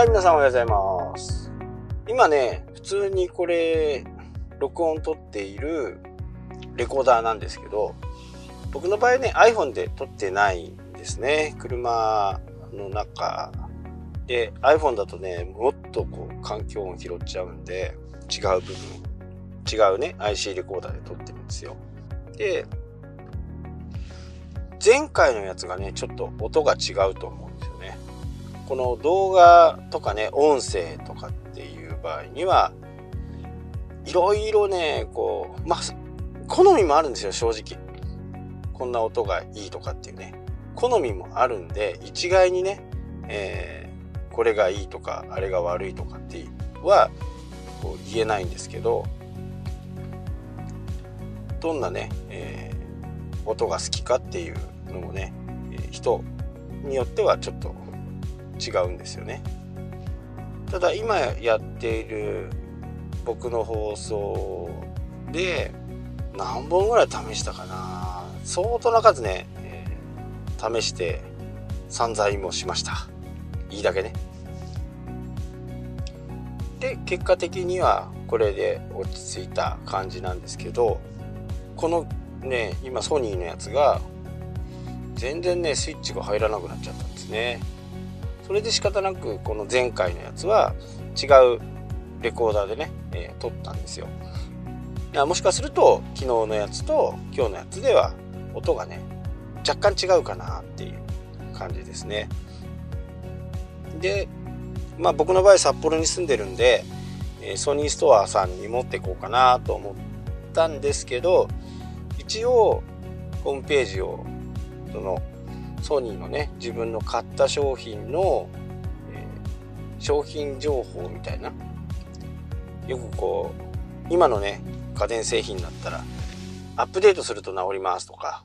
皆さんおはようございます。今ね、普通にこれ録音撮っているレコーダーなんですけど、僕の場合ね iPhone で撮ってないんですね。車の中で iPhone だとね、もっとこう環境音拾っちゃうんで、違うね IC レコーダーで撮ってるんですよ。で、前回のやつがねちょっと音が違うと思うんですよね。この動画とかね、音声とかっていう場合にはいろいろね、こう好みもあるんですよ。正直こんな音がいいとかっていうね、好みもあるんで、一概にね、これがいいとかあれが悪いとかってはこう言えないんですけど、どんなね、音が好きかっていうのもね、人によってはちょっと違うんですよね。ただ今やっている僕の放送で何本ぐらい試したかな、相当な数ね、試して散財もしました。いいだけね。で結果的にはこれで落ち着いた感じなんですけど、このね今ソニーのやつが全然ねスイッチが入らなくなっちゃったんですね。それで仕方なくこの前回のやつは違うレコーダーでね、撮ったんですよ。いや、もしかすると昨日のやつと今日のやつでは音がね若干違うかなっていう感じですね。で、僕の場合札幌に住んでるんで、ソニーストアさんに持っていこうかなと思ったんですけど、一応ホームページをそのソニーのね自分の買った商品の、商品情報みたいな、よくこう今のね家電製品だったらアップデートすると治りますとか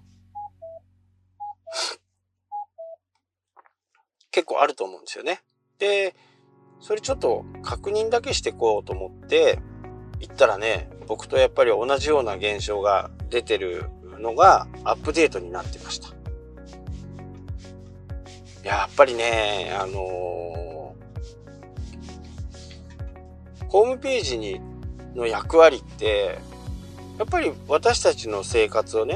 結構あると思うんですよね。でそれちょっと確認だけしてこうと思って行ったらね、僕とやっぱり同じような現象が出てるのがアップデートになってました。やっぱりね、ホームページの役割ってやっぱり私たちの生活をね、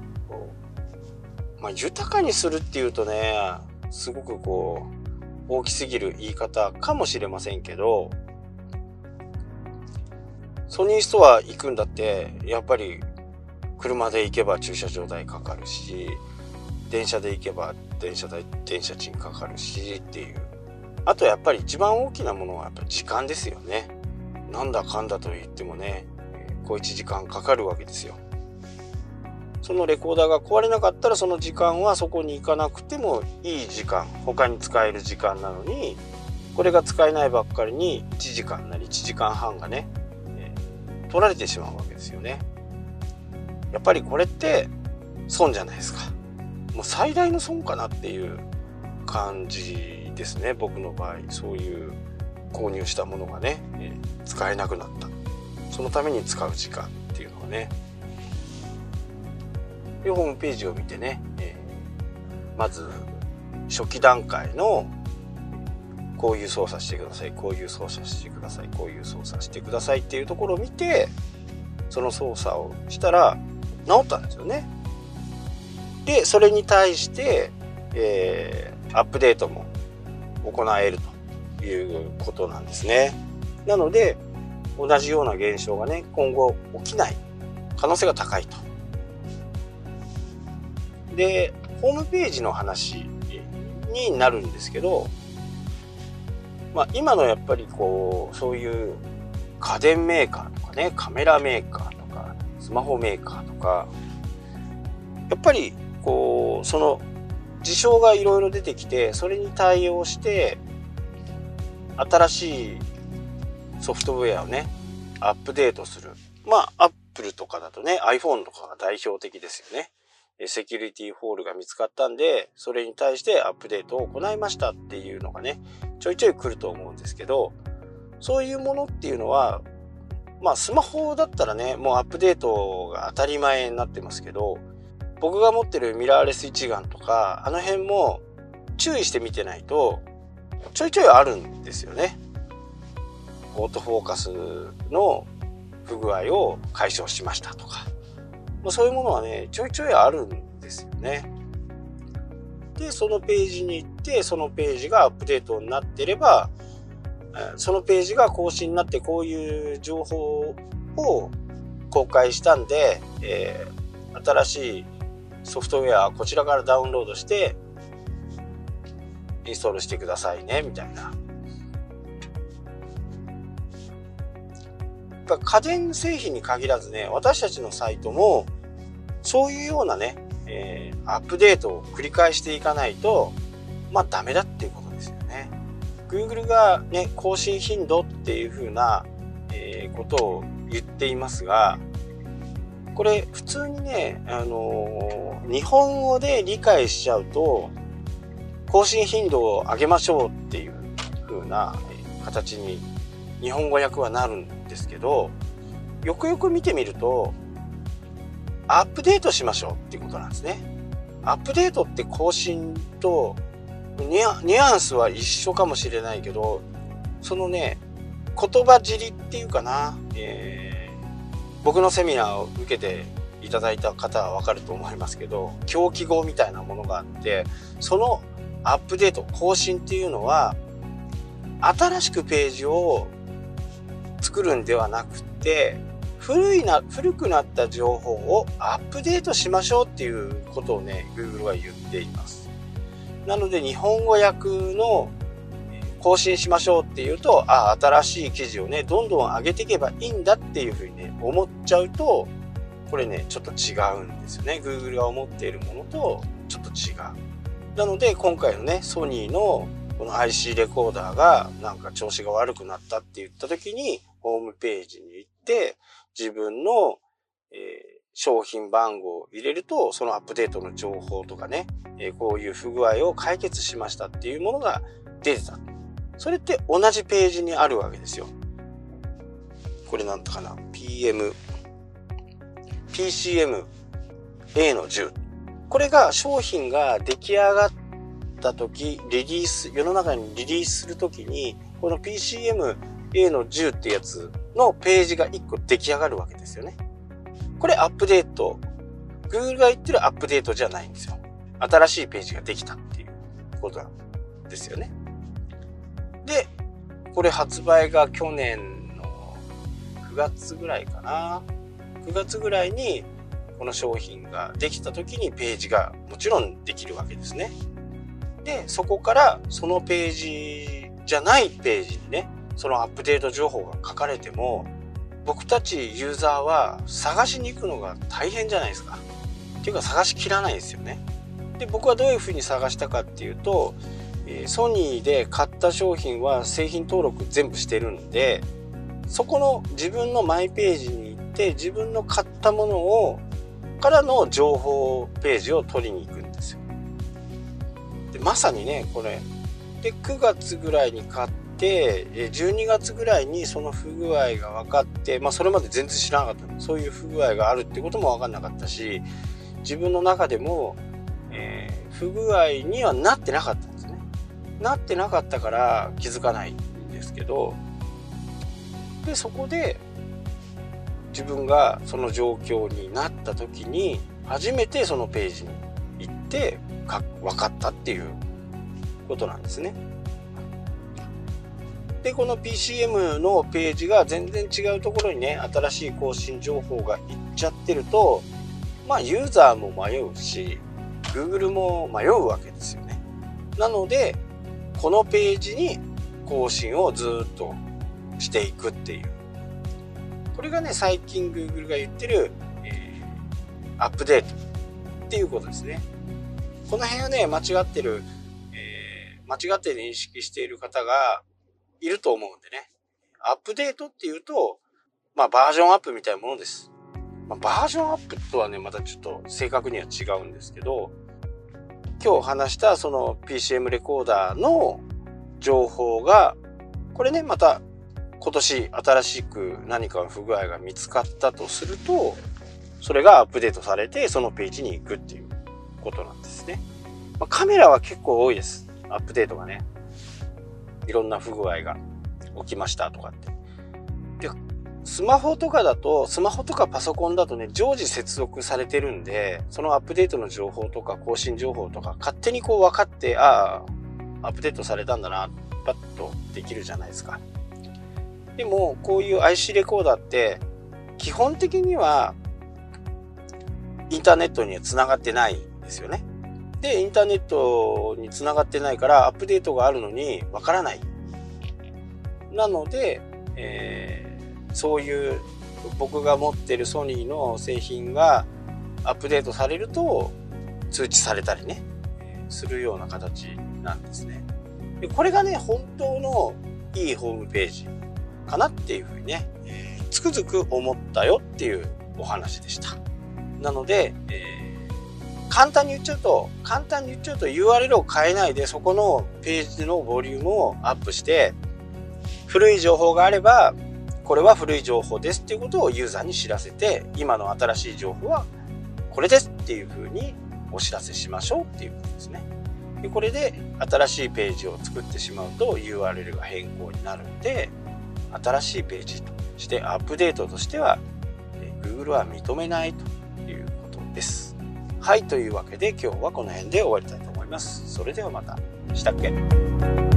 豊かにするっていうとね、すごくこう大きすぎる言い方かもしれませんけど、ソニーストア行くんだってやっぱり車で行けば駐車場代かかるし、電車で行けば電車賃かかるしっていう。あとやっぱり一番大きなものはやっぱり時間ですよね。なんだかんだと言ってもね、1時間かかるわけですよ。そのレコーダーが壊れなかったらその時間はそこに行かなくてもいい時間、他に使える時間なのに、これが使えないばっかりに1時間なり1時間半がね、取られてしまうわけですよね。やっぱりこれって損じゃないですか。もう最大の損かなっていう感じですね。僕の場合そういう購入したものがね、使えなくなった、そのために使う時間っていうのがね。でホームページを見てね、まず初期段階のこういう操作してください、こういう操作してください、こういう操作してくださいっていうところを見て、その操作をしたら治ったんですよね。でそれに対して、アップデートも行えるということなんですね。なので同じような現象がね今後起きない可能性が高いと。でホームページの話になるんですけど、今のやっぱりこうそういう家電メーカーとかね、カメラメーカーとかスマホメーカーとか、やっぱりこうその事象がいろいろ出てきて、それに対応して新しいソフトウェアをねアップデートする。アップルとかだとね iPhone とかが代表的ですよね。セキュリティフォールが見つかったんで、それに対してアップデートを行いましたっていうのがねちょいちょい来ると思うんですけど、そういうものっていうのはスマホだったらねもうアップデートが当たり前になってますけど、僕が持ってるミラーレス一眼とかあの辺も注意して見てないとちょいちょいあるんですよね。オートフォーカスの不具合を解消しましたとか、そういうものはねちょいちょいあるんですよね。でそのページに行って、そのページがアップデートになっていれば、そのページが更新になってこういう情報を公開したんで、新しいソフトウェアこちらからダウンロードしてインストールしてくださいねみたいな。家電製品に限らずね、私たちのサイトもそういうようなね、アップデートを繰り返していかないとダメだっていうことですよね。 Google がね更新頻度っていう風な、ことを言っていますが、これ普通にね、日本語で理解しちゃうと更新頻度を上げましょうっていう風な形に日本語訳はなるんですけど、よくよく見てみるとアップデートしましょうっていうことなんですね。アップデートって更新とニュアンスは一緒かもしれないけど、そのね言葉尻っていうかな、僕のセミナーを受けていただいた方はわかると思いますけど、狂気語みたいなものがあって、そのアップデート更新っていうのは新しくページを作るんではなくて、古くなった情報をアップデートしましょうっていうことをね Google は言っています。なので日本語訳の更新しましょうっていうと、新しい記事をねどんどん上げていけばいいんだっていうふうにね思っちゃうと、これねちょっと違うんですよね。 Google が思っているものとちょっと違う。なので今回のねソニーのこの IC レコーダーがなんか調子が悪くなったって言った時に、ホームページに行って自分の、商品番号を入れると、そのアップデートの情報とかね、こういう不具合を解決しましたっていうものが出てた。それって同じページにあるわけですよ。これなんだかな、PCM A の10。これが商品が出来上がった時、世の中にリリースするときに、この PCM A の10ってやつのページが1個出来上がるわけですよね。これアップデート。Google が言ってるアップデートじゃないんですよ。新しいページができたっていうことなんですよね。で、これ発売が去年の9月ぐらいかな。9月ぐらいにこの商品ができた時にページがもちろんできるわけですね。で、そこからそのページじゃないページにね、そのアップデート情報が書かれても、僕たちユーザーは探しに行くのが大変じゃないですか。っていうか探しきらないですよね。で、僕はどういうふうに探したかっていうと、ソニーで買った商品は製品登録全部してるんで、そこの自分のマイページに行って自分の買ったものをからの情報ページを取りに行くんですよ。でまさにねこれで9月ぐらいに買って12月ぐらいにその不具合が分かって、それまで全然知らなかったの。そういう不具合があるってことも分かんなかったし、自分の中でも、不具合にはなってなかったんですね。なってなかったから気づかないんですけど、でそこで自分がその状況になった時に初めてそのページに行って分かったっていうことなんですね。でこの PCM のページが全然違うところにね新しい更新情報がいっちゃってると、ユーザーも迷うし Google も迷うわけですよね。なのでこのページに更新をずっとしていくっていう、これがね最近 Google が言ってる、アップデートっていうことですね。この辺はね間違って認識している方がいると思うんでね、アップデートっていうとバージョンアップみたいなものです。バージョンアップとはねまたちょっと正確には違うんですけど、今日話したその PCM レコーダーの情報がこれねまた今年新しく何かの不具合が見つかったとすると、それがアップデートされてそのページに行くっていうことなんですね。カメラは結構多いです、アップデートがね。 いろんな不具合が起きましたとかって。で、スマホとかパソコンだとね、常時接続されてるんで、そのアップデートの情報とか更新情報とか勝手にこう分かって、アップデートされたんだな、パッとできるじゃないですか。でもこういう IC レコーダーって基本的にはインターネットにはつながってないんですよね。で、インターネットにつながってないからアップデートがあるのにわからない。なので、そういう僕が持ってるソニーの製品がアップデートされると通知されたりね、するような形なんですね。で、これがね、本当のいいホームページかなっていうふうにね、つくづく思ったよっていうお話でした。なので、簡単に言っちゃうと URL を変えないでそこのページのボリュームをアップして、古い情報があればこれは古い情報ですっていうことをユーザーに知らせて、今の新しい情報はこれですっていうふうにお知らせしましょうっていうことですね。で、これで新しいページを作ってしまうと URL が変更になるんで、新しいページとしてアップデートとしては Google は認めないということです。はい、というわけで今日はこの辺で終わりたいと思います。それではまた。したっけ。